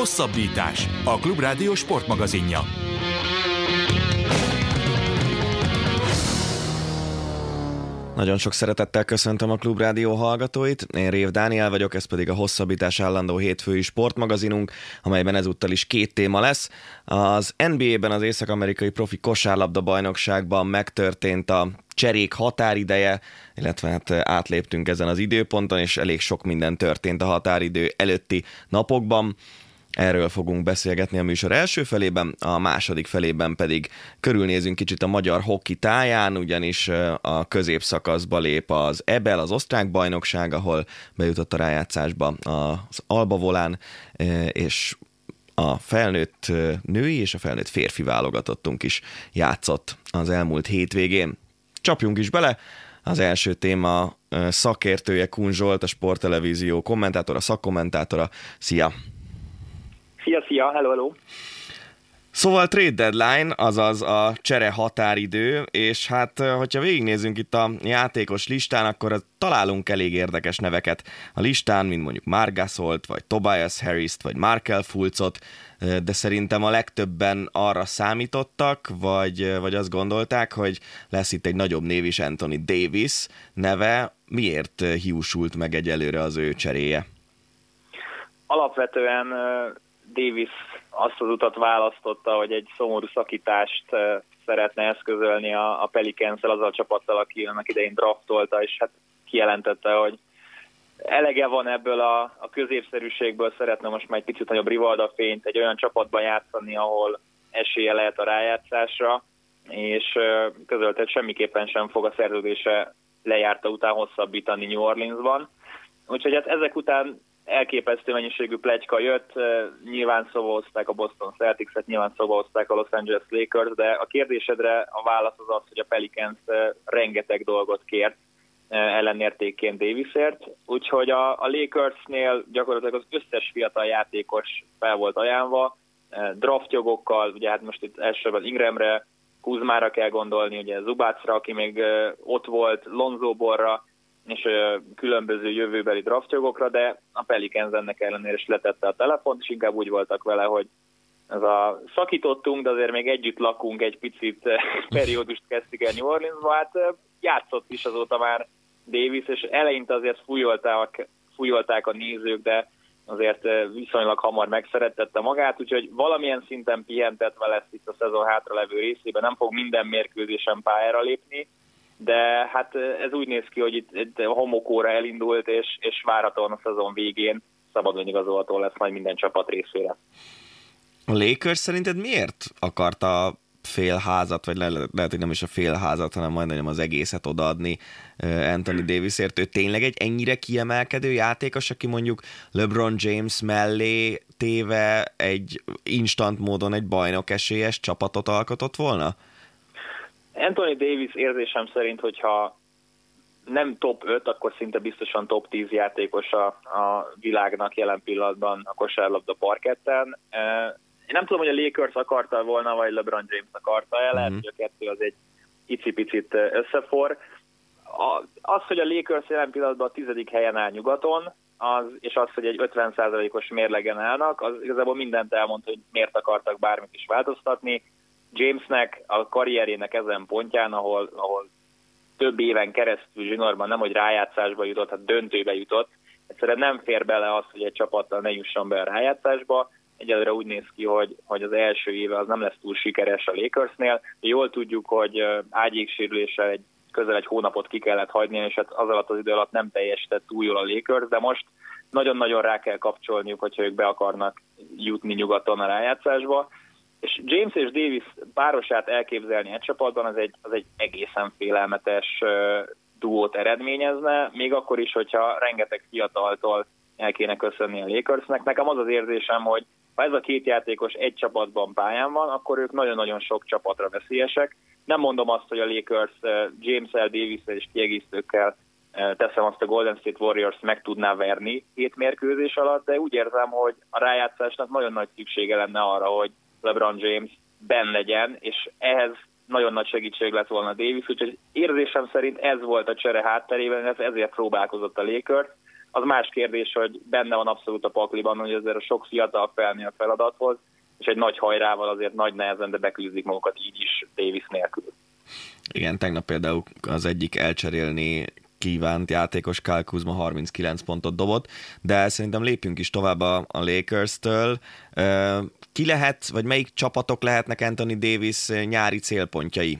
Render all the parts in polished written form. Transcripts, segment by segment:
Hosszabbítás, a Klubrádió sportmagazinja. Nagyon sok szeretettel köszöntöm a Klubrádió hallgatóit. Én Rév Dániel vagyok, ez pedig a Hosszabbítás állandó hétfői sportmagazinunk, amelyben ezúttal is két téma lesz. Az NBA-ben, az észak-amerikai profi kosárlabda bajnokságban megtörtént a cserék határideje, illetve hát átléptünk ezen az időponton, és elég sok minden történt a határidő előtti napokban. Erről fogunk beszélgetni a műsor első felében, a második felében pedig körülnézünk kicsit a magyar hoki táján, ugyanis a középszakaszba lép az EBEL, az osztrák bajnokság, ahol bejutott a rájátszásba az Alba Volán, és a felnőtt női és a felnőtt férfi válogatottunk is játszott az elmúlt hétvégén. Csapjunk is bele! Az első téma szakértője Kun Zsolt, a Sporttelevízió kommentátora, szakkommentátora. Szia! Szia, hello. Szóval trade deadline, azaz a csere határidő, és hát, hogyha végignézzünk itt a játékos listán, akkor találunk elég érdekes neveket a listán, mint mondjuk Marc Gasolt, vagy Tobias Harrist, vagy Markelle Fultzot, de szerintem a legtöbben arra számítottak, vagy azt gondolták, hogy lesz itt egy nagyobb név is, Anthony Davis neve. Miért hiúsult meg egyelőre az ő cseréje? Alapvetően Davis azt az utat választotta, hogy egy szomorú szakítást szeretne eszközölni a Pelicans-szel, azzal a csapattal, aki annak idején draftolta, és hát kijelentette, hogy elege van ebből a középszerűségből, szeretne most már egy picit nagyobb rivaldafényt, egy olyan csapatban játszani, ahol esélye lehet a rájátszásra, és közölte, hogy semmiképpen sem fog a szerződése lejárta után hosszabbítani New Orleansban. Úgyhogy hát ezek után elképesztő mennyiségű pletyka jött, nyilván szóba hozták a Boston Celtics-et, nyilván szóba hozták a Los Angeles Lakers, de a kérdésedre a válasz az, hogy a Pelicans rengeteg dolgot kért ellenértékként Davisért, úgyhogy a Lakersnél gyakorlatilag az összes fiatal játékos fel volt ajánlva, draftjogokkal, ugye hát most itt elsőben Ingramre, Kuzmára kell gondolni, ugye Zubacra, aki még ott volt, Lonzo Ballra, és különböző jövőbeli draftjogokra, de a Pelicans ennek ellenére is letette a telefont, és inkább úgy voltak vele, hogy ez a szakítottunk, de azért még együtt lakunk, egy picit periódust kezdtük el New Orleansba, hát játszott is azóta már Davis, és eleinte azért fújolták a nézők, de azért viszonylag hamar megszerettette magát, úgyhogy valamilyen szinten pihentetve lesz itt a szezon hátralevő részében, nem fog minden mérkőzésen pályára lépni, de hát ez úgy néz ki, hogy itt a homokóra elindult, és várhatóan a szezon végén szabadon igazolható lesz majd minden csapat részére. A Lakers szerinted miért akarta félházat, vagy lehet, hogy nem is a félházat, hanem majdnem az egészet odaadni Anthony Davisért? Ő tényleg egy ennyire kiemelkedő játékos, aki mondjuk LeBron James mellé téve egy instant módon egy bajnok esélyes csapatot alkotott volna? Anthony Davis érzésem szerint, hogyha nem top 5, akkor szinte biztosan top 10 játékos a világnak jelen pillanatban a kosárlabda parketten. Én nem tudom, hogy a Lakers akarta volna, vagy LeBron James akarta-e, lehet, hogy a kettő az egy icipicit összefor. Az, hogy a Lakers jelen pillanatban a 10. helyen áll nyugaton, és az, hogy egy 50%-os mérlegen állnak, az igazából mindent elmond, hogy miért akartak bármit is változtatni. Jamesnek a karrierjének ezen pontján, ahol több éven keresztül zsinórban nem, hogy rájátszásba jutott, hát döntőbe jutott, egyszerűen nem fér bele az, hogy egy csapattal ne jusson be a rájátszásba. Egyelőre úgy néz ki, hogy az első éve az nem lesz túl sikeres a Lakersnél. Jól tudjuk, hogy ágyéksérüléssel közel egy hónapot ki kellett hagyni, és hát az alatt az idő alatt nem teljesített túl jól a Lakers, de most nagyon-nagyon rá kell kapcsolniuk, hogyha ők be akarnak jutni nyugaton a rájátszásba. És James és Davis párosát elképzelni egy csapatban, az egy egészen félelmetes duót eredményezne, még akkor is, hogyha rengeteg fiataltól el kéne köszönni a Lakersnek. Nekem az az érzésem, hogy ha ez a két játékos egy csapatban pályán van, akkor ők nagyon-nagyon sok csapatra veszélyesek. Nem mondom azt, hogy a Lakers James-el, Davis-el és kiegészítőkkel teszem azt a Golden State Warriors meg tudná verni 7 mérkőzés alatt, de úgy érzem, hogy a rájátszásnak nagyon nagy szüksége lenne arra, hogy LeBron James benn legyen, és ehhez nagyon nagy segítség lett volna Davis, úgyhogy érzésem szerint ez volt a csere hátterében, ezért próbálkozott a Lakers. Az más kérdés, hogy benne van abszolút a pakliban, hogy azért a sok fiatal felnő a feladathoz, és egy nagy hajrával azért nagy nehezen, de beküzdik magukat így is Davis nélkül. Igen, tegnap például az egyik elcserélni kívánt játékos Kyle Kuzma 39 pontot dobott, de szerintem lépjünk is tovább a Lakers-től. Ki lehet, vagy melyik csapatok lehetnek Anthony Davis nyári célpontjai?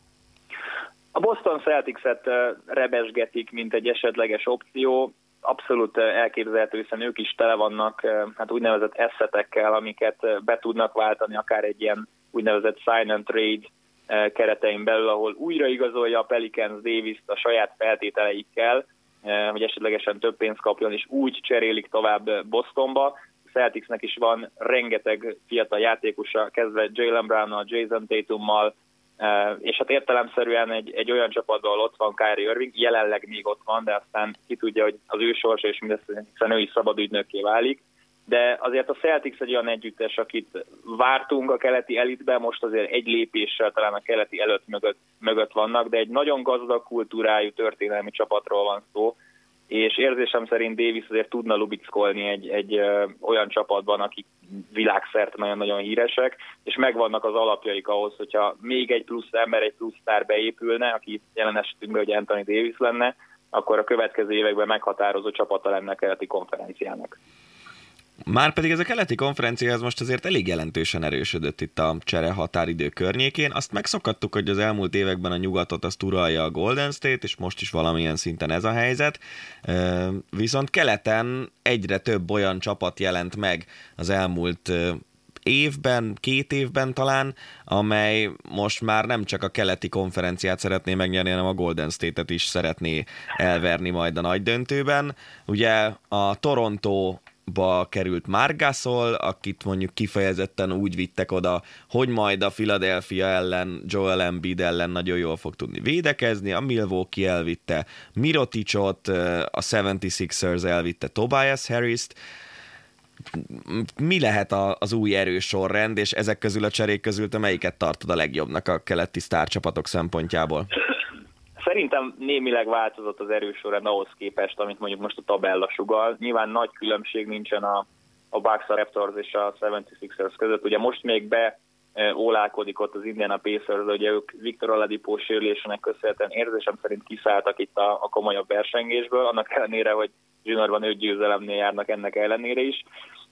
A Boston Celtics-et rebesgetik, mint egy esetleges opció. Abszolút elképzelhető, hiszen ők is tele vannak hát úgynevezett asszetekkel, amiket be tudnak váltani, akár egy ilyen úgynevezett sign and trade keretein belül, ahol újra igazolja a Pelicans Davis-t a saját feltételeikkel, hogy esetlegesen több pénzt kapjon, és úgy cserélik tovább Bostonba. A Celticsnek is van rengeteg fiatal játékosa, kezdve Jaylen Brownnal, Jason Tatummal, és hát értelemszerűen egy olyan csapatban, ahol ott van Kyrie Irving, jelenleg még ott van, de aztán ki tudja, hogy az ő sorsa és mindezt, hiszen ő is szabadügynökké válik. De azért a Celtics egy olyan együttes, akit vártunk a keleti elitben, most azért egy lépéssel talán a keleti előtt mögött vannak, de egy nagyon gazdag kultúrájú történelmi csapatról van szó, és érzésem szerint Davis azért tudna lubickolni egy olyan csapatban, akik világszerte nagyon-nagyon híresek, és megvannak az alapjaik ahhoz, hogyha még egy plusz ember, egy plusz sztár beépülne, aki jelen esetünkben, hogy Anthony Davis lenne, akkor a következő években meghatározó csapata lenne a keleti konferenciának. Márpedig ez a keleti konferencia az most azért elég jelentősen erősödött itt a csere határidő környékén. Azt megszokhattuk, hogy az elmúlt években a nyugatot azt uralja a Golden State, és most is valamilyen szinten ez a helyzet. Viszont keleten egyre több olyan csapat jelent meg az elmúlt évben, 2 évben talán, amely most már nem csak a keleti konferenciát szeretné megnyerni, hanem a Golden State-et is szeretné elverni majd a nagy döntőben. Ugye a Torontóba került Marc Gasol, akit mondjuk kifejezetten úgy vittek oda, hogy majd a Philadelphia ellen, Joel Embiid ellen nagyon jól fog tudni védekezni, a Milwaukee elvitte Miroticsot, a 76ers elvitte Tobias Harrist. Mi lehet az új erős sorrend, és ezek közül a cserék közül te melyiket tartod a legjobbnak a keleti sztárcsapatok szempontjából? Szerintem némileg változott az erős sorrend ahhoz képest, amit mondjuk most a tabella sugall. Nyilván nagy különbség nincsen a Bucks, a Raptors és a 76ers között. Ugye most még ólálkodik ott az Indiana Pacers, de ugye ők Victor Oladipo sérülésének köszönhetően érzésem szerint kiszálltak itt a komolyabb versengésből, annak ellenére, hogy juniorban 5 győzelemnél járnak ennek ellenére is.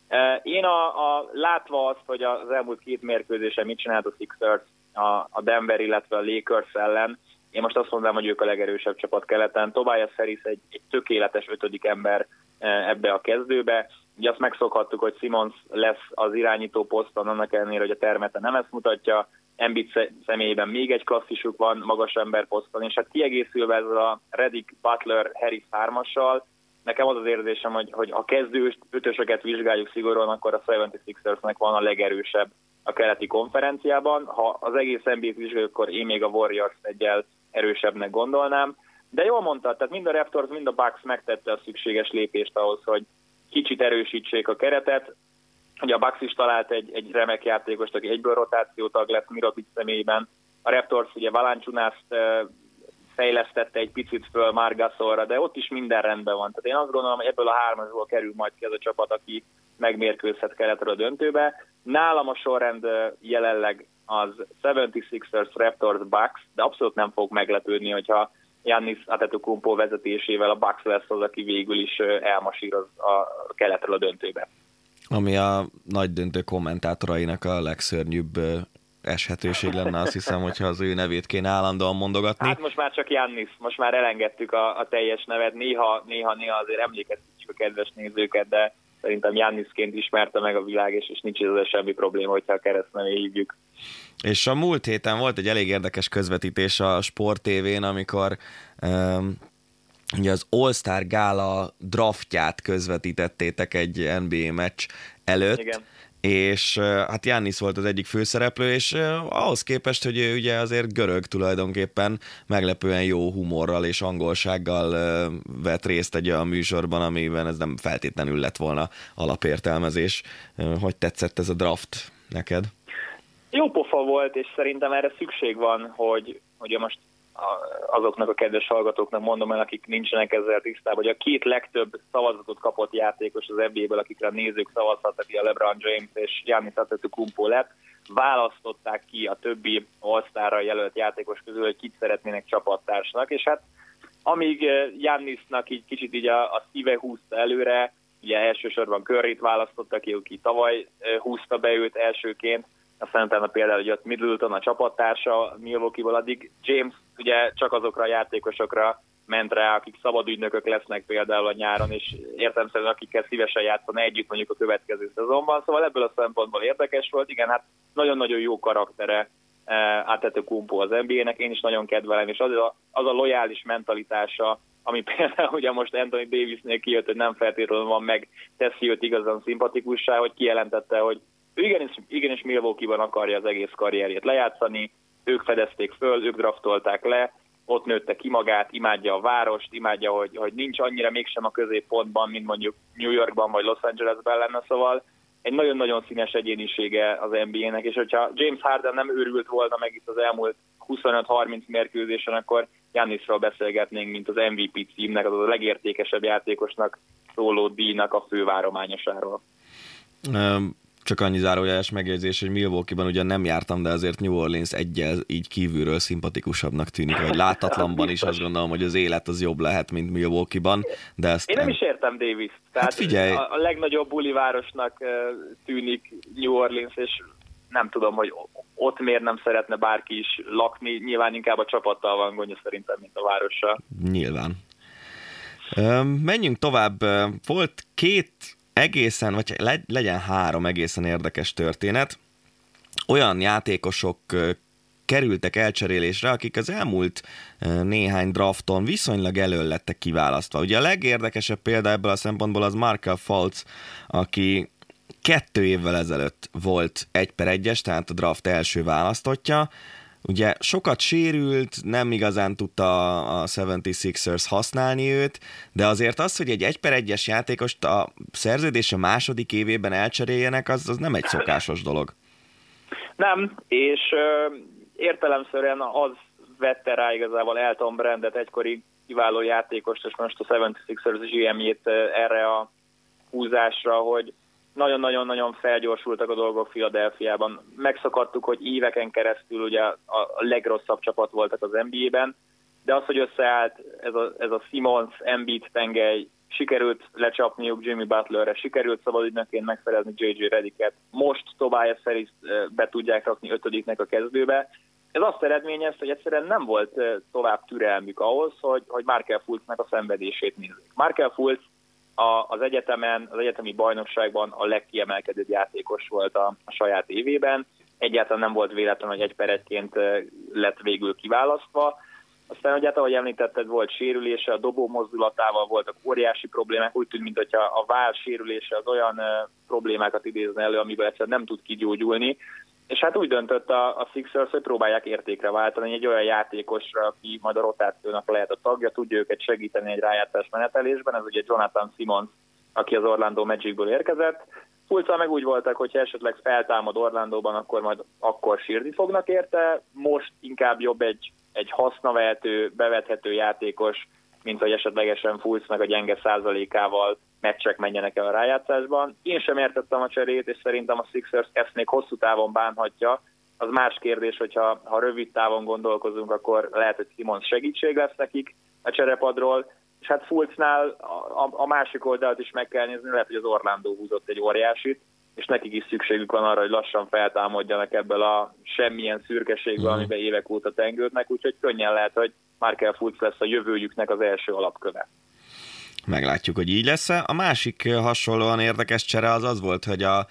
Én látva azt, hogy az elmúlt 2 mérkőzésen mit csinált a Sixers, a Denver, illetve a Lakers ellen, én most azt mondanám, hogy ők a legerősebb csapat keleten. Tobias Harris egy tökéletes 5. ember ebbe a kezdőbe. Ugye azt megszokhattuk, hogy Simmons lesz az irányító poszton, annak ellenére, hogy a termete nem ezt mutatja. Embiid személyében még egy klasszisuk van magas ember poszton, és hát kiegészülve ezzel a Redick, Butler, Harris 3-assal, nekem az az érzésem, hogy ha kezdő ötösöket vizsgáljuk szigorúan, akkor a 76ersnek van a legerősebb a keleti konferenciában. Ha az egész NBA-t vizsgáljuk, akkor én még a Warriors egyel erősebbnek gondolnám. De jól mondtad, tehát mind a Raptors, mind a Bucks megtette a szükséges lépést ahhoz, hogy kicsit erősítsék a keretet. Ugye a Bucks is talált egy remek játékost, aki egyből rotációtag lesz Mirotic személyében. A Raptors ugye Valanciunast fejlesztette egy picit föl Marc Gasolra, de ott is minden rendben van. Tehát én azt gondolom, hogy ebből a 3-asból kerül majd ki ez a csapat, aki megmérkőzhet keletről a döntőbe. Nálam a sorrend jelenleg az 76ers, Raptors, Bucks, de abszolút nem fog meglepődni, hogyha Giannis Antetokounmpo vezetésével a Bucks lesz az, aki végül is elmasíroz a keletről a döntőbe. Ami a nagy döntő kommentátorainak a legszörnyűbb eshetőség lenne, azt hiszem, hogyha az ő nevét kéne állandóan mondogatni. Hát most már csak Giannis, most már elengedtük a teljes nevet, néha azért emlékeztetjük a kedves nézőket, de szerintem Giannisként ismerte meg a világ, és nincs ezzel semmi probléma, hogyha a keresztnevét hívjuk. És a múlt héten volt egy elég érdekes közvetítés a Sport TV-n, amikor ugye az All-Star Gála draftját közvetítettétek egy NBA meccs előtt. Igen. És hát Giannis volt az egyik főszereplő, és ahhoz képest, hogy ő ugye azért görög tulajdonképpen meglepően jó humorral és angolsággal vett részt egy olyan műsorban, amiben ez nem feltétlenül lett volna alapértelmezés. Hogy tetszett ez a draft neked? Jó pofa volt, és szerintem erre szükség van, hogy most azoknak a kedves hallgatóknak mondom el, akik nincsenek ezzel tisztában, hogy a két legtöbb szavazatot kapott játékos az NBA-ből, akikre a nézők szavazhattak, a LeBron James és Giannis Antetokounmpo lett, választották ki a többi All-Starra jelölt játékos közül, hogy kit szeretnének csapattársnak, és hát amíg Giannisnak így kicsit így a szíve húzta előre, ugye elsősorban Curryt választotta ki, aki tavaly húzta be őt elsőként, aztán utána például hogy ott Middleton a csapattársa Milwaukee-ból, addig James ugye csak azokra a játékosokra ment rá, akik szabad ügynökök lesznek például a nyáron, és értelemszerűen akikkel szívesen játszana együtt mondjuk a következő szezonban, szóval ebből a szempontból érdekes volt, igen, hát nagyon-nagyon jó karaktere Antetokounmpo az NBA-nek, én is nagyon kedvelem, és az a lojális mentalitása, ami például ugye most Anthony Davisnél kijött, hogy nem feltétlenül van meg, teszi őt igazán szimpatikussá, hogy kijelentette, hogy ő igenis Milwaukee-ban akarja az egész karrierjét lejátszani, ők fedezték föl, ők draftolták le, ott nőtte ki magát, imádja a várost, imádja, hogy nincs annyira mégsem a középpontban, mint mondjuk New Yorkban vagy Los Angelesben lenne, szóval egy nagyon-nagyon színes egyénisége az NBA-nek, és hogyha James Harden nem őrült volna meg itt az elmúlt 25-30 mérkőzésen, akkor Giannisról beszélgetnénk, mint az MVP címnek, az a legértékesebb játékosnak szóló díjnak a fővárományosáról. Csak annyi zárójeles megjegyzés, hogy Milwaukee-ban ugyan nem jártam, de azért New Orleans egyel így kívülről szimpatikusabbnak tűnik, vagy látatlanban is azt gondolom, hogy az élet az jobb lehet, mint Milwaukee-ban. De ezt én nem is értem Davis. Tehát hát figyelj. A legnagyobb bulivárosnak tűnik New Orleans, és nem tudom, hogy ott miért nem szeretne bárki is lakni. Nyilván inkább a csapattal van gondja szerintem, mint a várossal. Nyilván. Menjünk tovább. Volt két egészen, vagy legyen három egészen érdekes történet. Olyan játékosok kerültek elcserélésre, akik az elmúlt néhány drafton viszonylag elől lettek kiválasztva. Ugye a legérdekesebb példa ebből a szempontból az Markelle Fultz, aki 2 évvel ezelőtt volt 1/1-es, tehát a draft első választottja. Ugye sokat sérült, nem igazán tudta a 76ers használni őt, de azért az, hogy egy 1/1-es játékost a szerződése második évében elcseréljenek, az nem egy szokásos dolog. Nem, és értelemszerűen az vette rá igazából Elton Brandet, egykori kiváló játékost, és most a 76ers GM-jét erre a húzásra, hogy nagyon-nagyon-nagyon felgyorsultak a dolgok Philadelphiában. Megszokattuk, hogy éveken keresztül ugye a legrosszabb csapat voltak az NBA-ben, de az, hogy összeállt ez a Simmons, Embiid tengely, sikerült lecsapniuk Jimmy Butlerre, sikerült szabadügynökként megszerezni J.J. Redicket, most Tobias Harris be tudják rakni 5-nek a kezdőbe. Ez azt eredményezte, hogy egyszerűen nem volt tovább türelmük ahhoz, hogy Markelle Fultznek a szenvedését nézzék. Markelle Fultz az egyetemen, az egyetemi bajnokságban a legkiemelkedőbb játékos volt a saját évében. Egyáltalán nem volt véletlen, hogy 1/1-ként lett végül kiválasztva. Aztán, hogy ahogy említetted, volt sérülése, a dobó mozdulatával voltak óriási problémák, úgy tűnt, mintha a váll sérülése az olyan problémákat idézne elő, amiből egyszerűen nem tud kigyógyulni. És hát úgy döntött a Sixers, hogy próbálják értékre váltani egy olyan játékosra, aki majd a rotációnak lehet a tagja, tudja őket segíteni egy rájátszás menetelésben, ez ugye Jonathan Simmons, aki az Orlando Magicből érkezett. Fultzzal meg úgy voltak, hogyha esetleg feltámad Orlandóban, akkor majd akkor sírni fognak érte. Most inkább jobb egy hasznavehető, bevethető játékos, mint hogy esetlegesen Fultz meg a gyenge százalékával meccsek menjenek el a rájátszásban. Én sem értettem a cserét, és szerintem a Sixers ezt még hosszú távon bánhatja. Az más kérdés, hogyha rövid távon gondolkozunk, akkor lehet, hogy Simmons segítség lesz nekik a cserepadról, és hát Fultznál a másik oldalt is meg kell nézni, lehet, hogy az Orlando húzott egy óriásit, és nekik is szükségük van arra, hogy lassan feltámadjanak ebből a semmilyen szürkeségből, amiben évek óta tengődnek, úgyhogy könnyen lehet, hogy Markelle Fultz lesz a jövőjüknek az első alapköve. Meglátjuk, hogy így lesz. A másik hasonlóan érdekes csere az volt, hogy a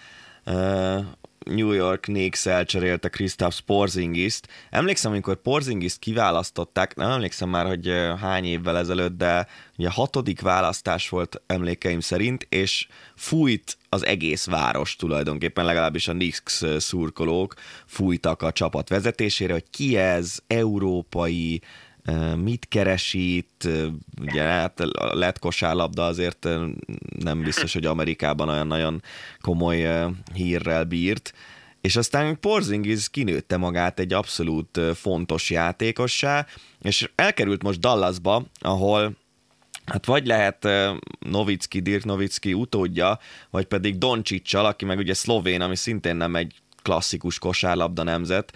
New York Knicks elcserélte Kristaps Porzingist. Emlékszem, amikor Porzingist kiválasztották, nem emlékszem már, hogy hány évvel ezelőtt, de ugye 6. választás volt emlékeim szerint, és fújt az egész város tulajdonképpen, legalábbis a Knicks szurkolók fújtak a csapat vezetésére, hogy ki ez, európai, mit keres itt, ugye hát lett kosárlabda azért nem biztos, hogy Amerikában olyan nagyon komoly hírrel bírt, és aztán Porzingis kinőtte magát egy abszolút fontos játékossá, és elkerült most Dallasba, ahol hát vagy lehet Dirk Nowitzki utódja, vagy pedig Doncsicsal, aki meg ugye szlovén, ami szintén nem egy klasszikus kosárlabda nemzet,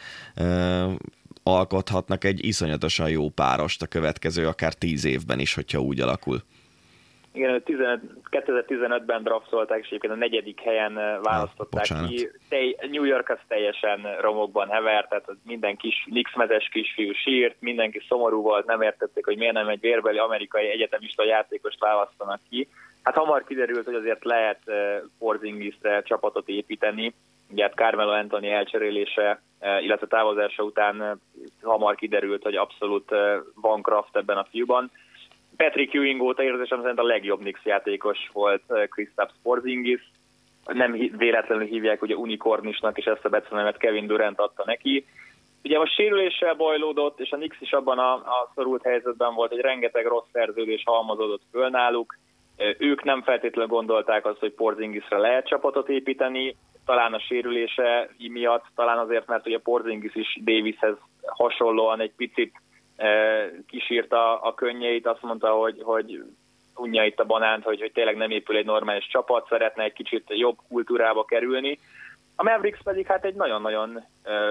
alkothatnak egy iszonyatosan jó párost a következő akár 10 évben is, hogyha úgy alakul. Igen, 2015-ben draftolták, és egyébként a 4. helyen választották ki. New York az teljesen romokban hevert, tehát minden kis Knicks-mezes kisfiú sírt, mindenki szomorú volt, nem értették, hogy miért nem egy vérbeli amerikai egyetemista játékost választanak ki. Hát hamar kiderült, hogy azért lehet Porzingisre csapatot építeni. Ugye hát Carmelo Anthony elcserélése, illetve távozása után hamar kiderült, hogy abszolút van kraft ebben a fiúban. Patrick Ewing óta érzésem szerint a legjobb Knicks játékos volt Kristaps Porzingis. Nem véletlenül hívják ugye unikornisnak, és ezt a becenevet Kevin Durant adta neki. Ugye most sérüléssel bajlódott, és a Knicks is abban a szorult helyzetben volt, hogy rengeteg rossz szerződés halmozódott föl náluk. Ők nem feltétlenül gondolták azt, hogy Porzingisre lehet csapatot építeni, talán a sérülése miatt, talán azért, mert ugye Porzingis is Davishez hasonlóan egy picit kisírta a könnyeit, azt mondta, hogy unja itt a banánt, hogy tényleg nem épül egy normális csapat, szeretne egy kicsit jobb kultúrába kerülni. A Mavericks pedig hát egy nagyon-nagyon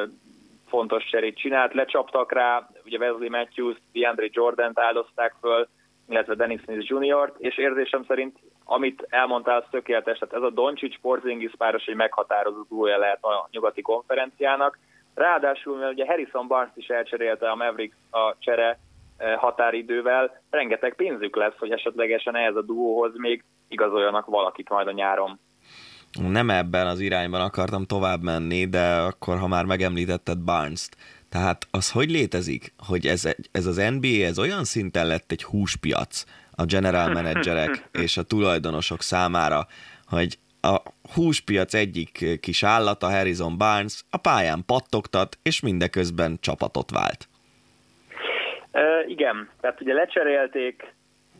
fontos cserét csinált, lecsaptak rá, ugye Wesley Matthews, DeAndre Jordant áldozták föl, illetve Dennis Smith Jr., és érzésem szerint, amit elmondtál, az tökéletes, tehát ez a Doncic-Porzingis páros egy meghatározó duója lehet a nyugati konferenciának. Ráadásul, mert ugye Harrison Barnes is elcserélte a Mavericks a csere határidővel, rengeteg pénzük lesz, hogy esetlegesen ehhez a duóhoz még igazoljanak valakit majd a nyáron. Nem ebben az irányban akartam tovább menni, de akkor, ha már megemlítetted Barnes-t, tehát az hogy létezik, hogy ez az NBA ez olyan szinten lett egy húspiac a general managerek és a tulajdonosok számára, hogy a húspiac egyik kis állata, Harrison Barnes, a pályán pattogtat, és mindeközben csapatot vált. Igen, tehát ugye lecserélték,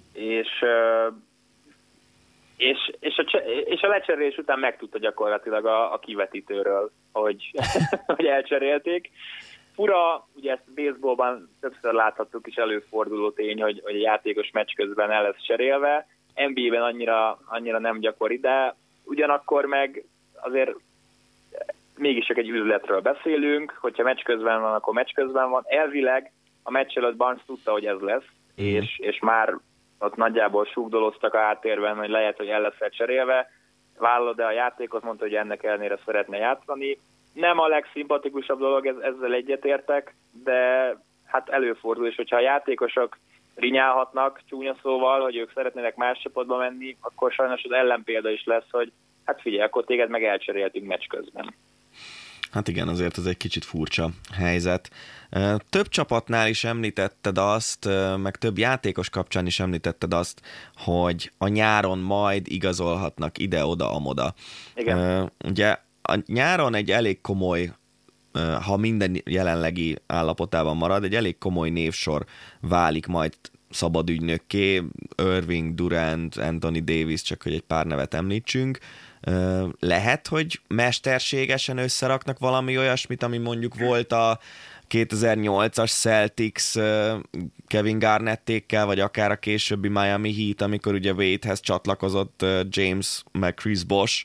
és a lecserélés után megtudta gyakorlatilag a kivetítőről, hogy elcserélték. Fura, ugye ezt baseballban többször láthattuk is, előforduló tény, hogy a játékos meccs közben el lesz cserélve. NBA-ben annyira nem gyakori, de ugyanakkor meg azért mégis csak egy üzletről beszélünk, hogyha meccs közben van, akkor meccs közben van. Elvileg a meccs előtt Barnes tudta, hogy ez lesz, és már ott nagyjából súgdoloztak a háttérben, hogy lehet, hogy el lesz cserélve. Vállalod, de a játékot mondta, hogy ennek ellenére szeretne játszani. Nem a legszimpatikusabb dolog, ezzel egyetértek, de hát előfordul, és hogyha a játékosok rinyálhatnak csúnya szóval, hogy ők szeretnének más csapatba menni, akkor sajnos az ellenpélda is lesz, hogy hát figyelj, akkor téged meg elcseréltünk meccs közben. Hát igen, azért ez egy kicsit furcsa helyzet. Több csapatnál is említetted azt, meg több játékos kapcsán is említetted azt, hogy a nyáron majd igazolhatnak ide-oda-amoda. Igen. Ugye a nyáron egy elég komoly, ha minden jelenlegi állapotában marad, egy elég komoly névsor válik majd szabadügynökké, Irving, Durant, Anthony Davis, csak hogy egy pár nevet említsünk. Lehet, hogy mesterségesen összeraknak valami olyasmit, ami mondjuk volt a 2008-as Celtics Kevin Garnettékkel, vagy akár a későbbi Miami Heat, amikor ugye Wadehez csatlakozott James meg Chris Bosh,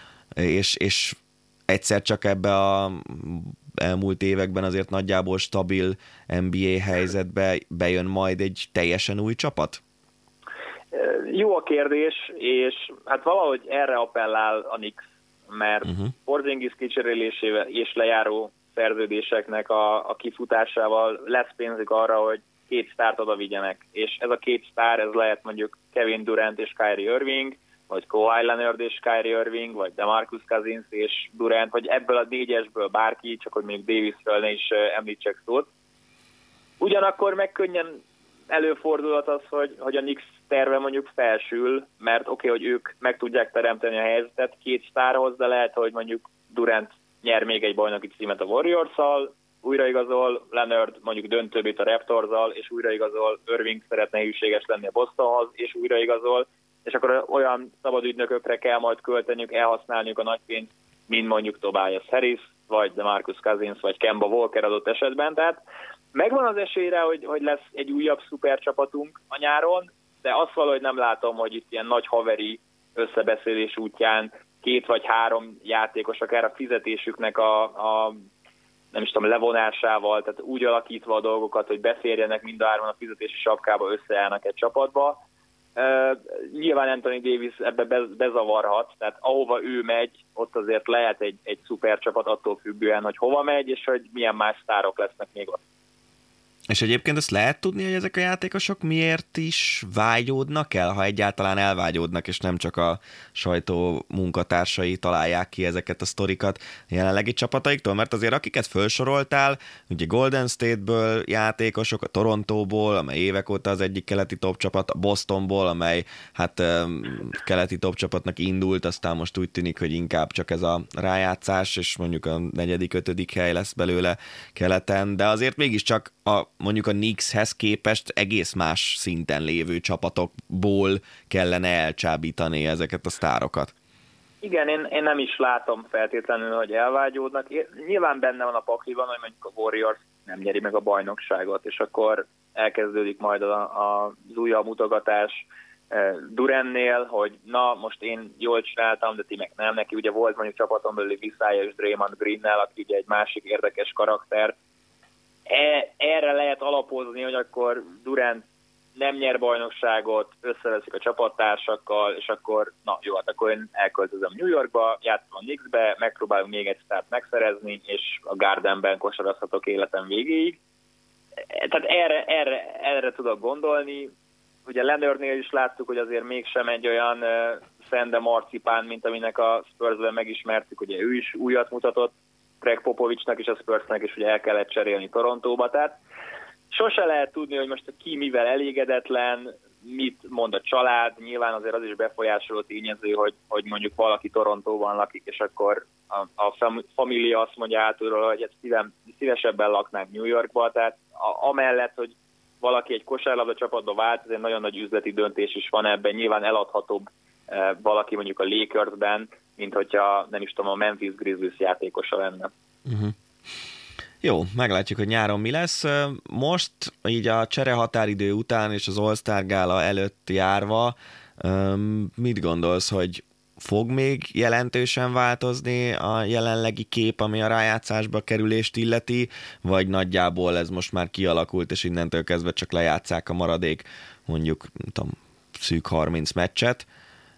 és egyszer csak ebbe a elmúlt években azért nagyjából stabil NBA helyzetbe bejön majd egy teljesen új csapat? Jó a kérdés, és hát valahogy erre appellál a Knicks, mert Porzingis kicserélésével és lejáró szerződéseknek a kifutásával lesz pénzük arra, hogy 2 sztárt oda vigyenek, és ez a 2 sztár, ez lehet mondjuk Kevin Durant és Kyrie Irving, vagy Kawhi Leonard és Kyrie Irving, vagy DeMarcus Cousins és Durant, vagy ebből a 4-esből bárki, csak hogy még Davisről ne is említsek szót. Ugyanakkor meg könnyen előfordulhat az, hogy a Knicks terve mondjuk felsül, mert oké, hogy ők meg tudják teremteni a helyzetet 2 sztárhoz, de lehet, hogy mondjuk Durant nyer még egy bajnoki címet a Warriors-szal, újraigazol, Leonard mondjuk döntőbét a Raptors-zal, és újraigazol, Irving szeretne hűséges lenni a Bostonhoz, és újraigazol, és akkor olyan szabad ügynökökre kell majd költeniük, elhasználniuk a nagy pénzt, mint mondjuk Tobias Harris, vagy DeMarcus Cousins, vagy Kemba Walker adott esetben, tehát megvan az esélyre, hogy lesz egy újabb szupercsapatunk a nyáron, de azt valahogy nem látom, hogy itt ilyen nagy haveri összebeszélés útján 2 vagy 3 játékos, akár a fizetésüknek a nem is tudom, levonásával, tehát úgy alakítva a dolgokat, hogy beszéljenek mind a hárman a fizetési sapkába, összeállnak egy csapatba. Nyilván Anthony Davis ebbe bezavarhat, tehát ahova ő megy, ott azért lehet egy szuper csapat attól függően, hogy hova megy, és hogy milyen más sztárok lesznek még ott. És egyébként azt lehet tudni, hogy ezek a játékosok miért is vágyódnak el, ha egyáltalán elvágyódnak, és nem csak a sajtó munkatársai találják ki ezeket a sztorikat jelenlegi csapataiktól, mert azért akiket felsoroltál, ugye Golden State-ből játékosok, a Torontóból, amely évek óta az egyik keleti top csapat, a Bostonból, amely hát keleti top csapatnak indult, aztán most úgy tűnik, hogy inkább csak ez a rájátszás, és mondjuk a 4.-5. hely lesz belőle keleten, de azért mégiscsak mondjuk a Knickshez képest egész más szinten lévő csapatokból kellene elcsábítani ezeket a sztárokat. Igen, én nem is látom feltétlenül, hogy elvágyódnak. Nyilván benne van a pakliban, hogy mondjuk a Warriors nem nyeri meg a bajnokságot, és akkor elkezdődik majd az újabb mutogatás Durannél, hogy na, most én jól csináltam, de ti meg nem. Neki ugye volt mondjuk csapaton belüli viszája és Draymond Greennel, aki ugye egy másik érdekes karakter. Erre lehet alapozni, hogy akkor Durant nem nyer bajnokságot, összeveszik a csapattársakkal, és akkor, na jó, hát akkor én elköltözöm New Yorkba, játszom a Knicksbe, megpróbálunk még egy sztárt megszerezni, és a Gardenben kosarazhatok életem végéig. Tehát erre tudok gondolni. Ugye Leonardnél is láttuk, hogy azért mégsem egy olyan szende marcipán, mint aminek a Spursben megismertük, ugye ő is újat mutatott, Greg Popovicsnak és a Spursnek is ugye el kellett cserélni Torontóba, tehát sose lehet tudni, hogy most ki mivel elégedetlen, mit mond a család, nyilván azért az is befolyásoló tényező, hogy mondjuk valaki Torontóban lakik, és akkor a família azt mondja hátulról, hogy szívesebben laknánk New Yorkba, tehát amellett, hogy valaki egy kosárlabda csapatba vált, ez egy nagyon nagy üzleti döntés is van ebben, nyilván eladhatóbb valaki mondjuk a Lakersben, mint hogyha nem is tudom, a Memphis Grizzlies játékosa lenne. Uh-huh. Jó, meglátjuk, hogy nyáron mi lesz. Most így a cserehatáridő után és az All-Star Gála előtt járva, mit gondolsz, hogy fog még jelentősen változni a jelenlegi kép, ami a rájátszásba kerülést illeti, vagy nagyjából ez most már kialakult, és innentől kezdve csak lejátsszák a maradék, mondjuk, nem tudom, szűk 30 meccset,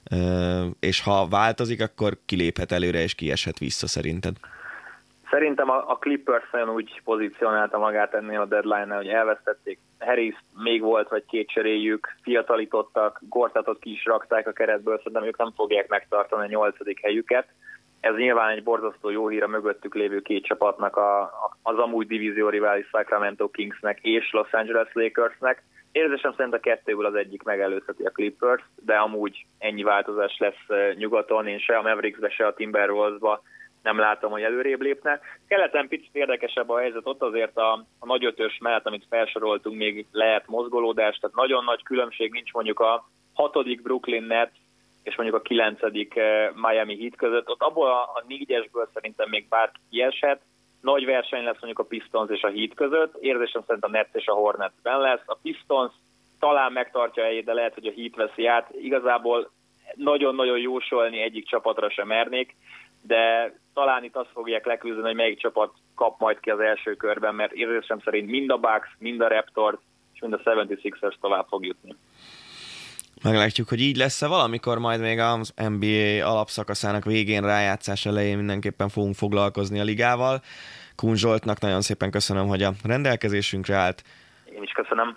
és ha változik, akkor kiléphet előre, és kieshet vissza szerinted? Szerintem a Clippers úgy pozícionálta magát ennél a deadline-nál, hogy elvesztették. Harris még volt, vagy 2 cseréjük, fiatalítottak, Gortatot ki is rakták a keretből, szerintem ők nem fogják megtartani a 8. helyüket. Ez nyilván egy borzasztó jó hír a mögöttük lévő 2 csapatnak, az amúgy divízió rivális Sacramento Kingsnek és Los Angeles Lakersnek. Érzésem szerint a 2-ből az egyik megelőzheti a Clippers, de amúgy ennyi változás lesz nyugaton, én se a Mavericksbe, se a Timberwolvesba nem látom, hogy előrébb lépne. Keleten picit érdekesebb a helyzet, ott azért a nagy ötös mellett, amit felsoroltunk, még lehet mozgolódás, tehát nagyon nagy különbség nincs mondjuk a 6. Brooklyn Nets és mondjuk a 9. Miami Heat között. Ott abból a 4-esből szerintem még bárki kieshet. Nagy verseny lesz mondjuk a Pistons és a Heat között. Érzésem szerint a Nets és a Hornetsben lesz. A Pistons talán megtartja helyét, de lehet, hogy a Heat veszi át. Igazából nagyon-nagyon jósolni egyik csapatra sem mernék, de talán itt azt fogják leküzdeni, hogy melyik csapat kap majd ki az első körben, mert érzésem szerint mind a Bucks, mind a Raptors és mind a 76ers tovább fog jutni. Meglátjuk, hogy így lesz-e valamikor, majd még az NBA alapszakaszának végén, rájátszás elején mindenképpen fogunk foglalkozni a ligával. Kun Zsoltnak nagyon szépen köszönöm, hogy a rendelkezésünkre állt. Én is köszönöm.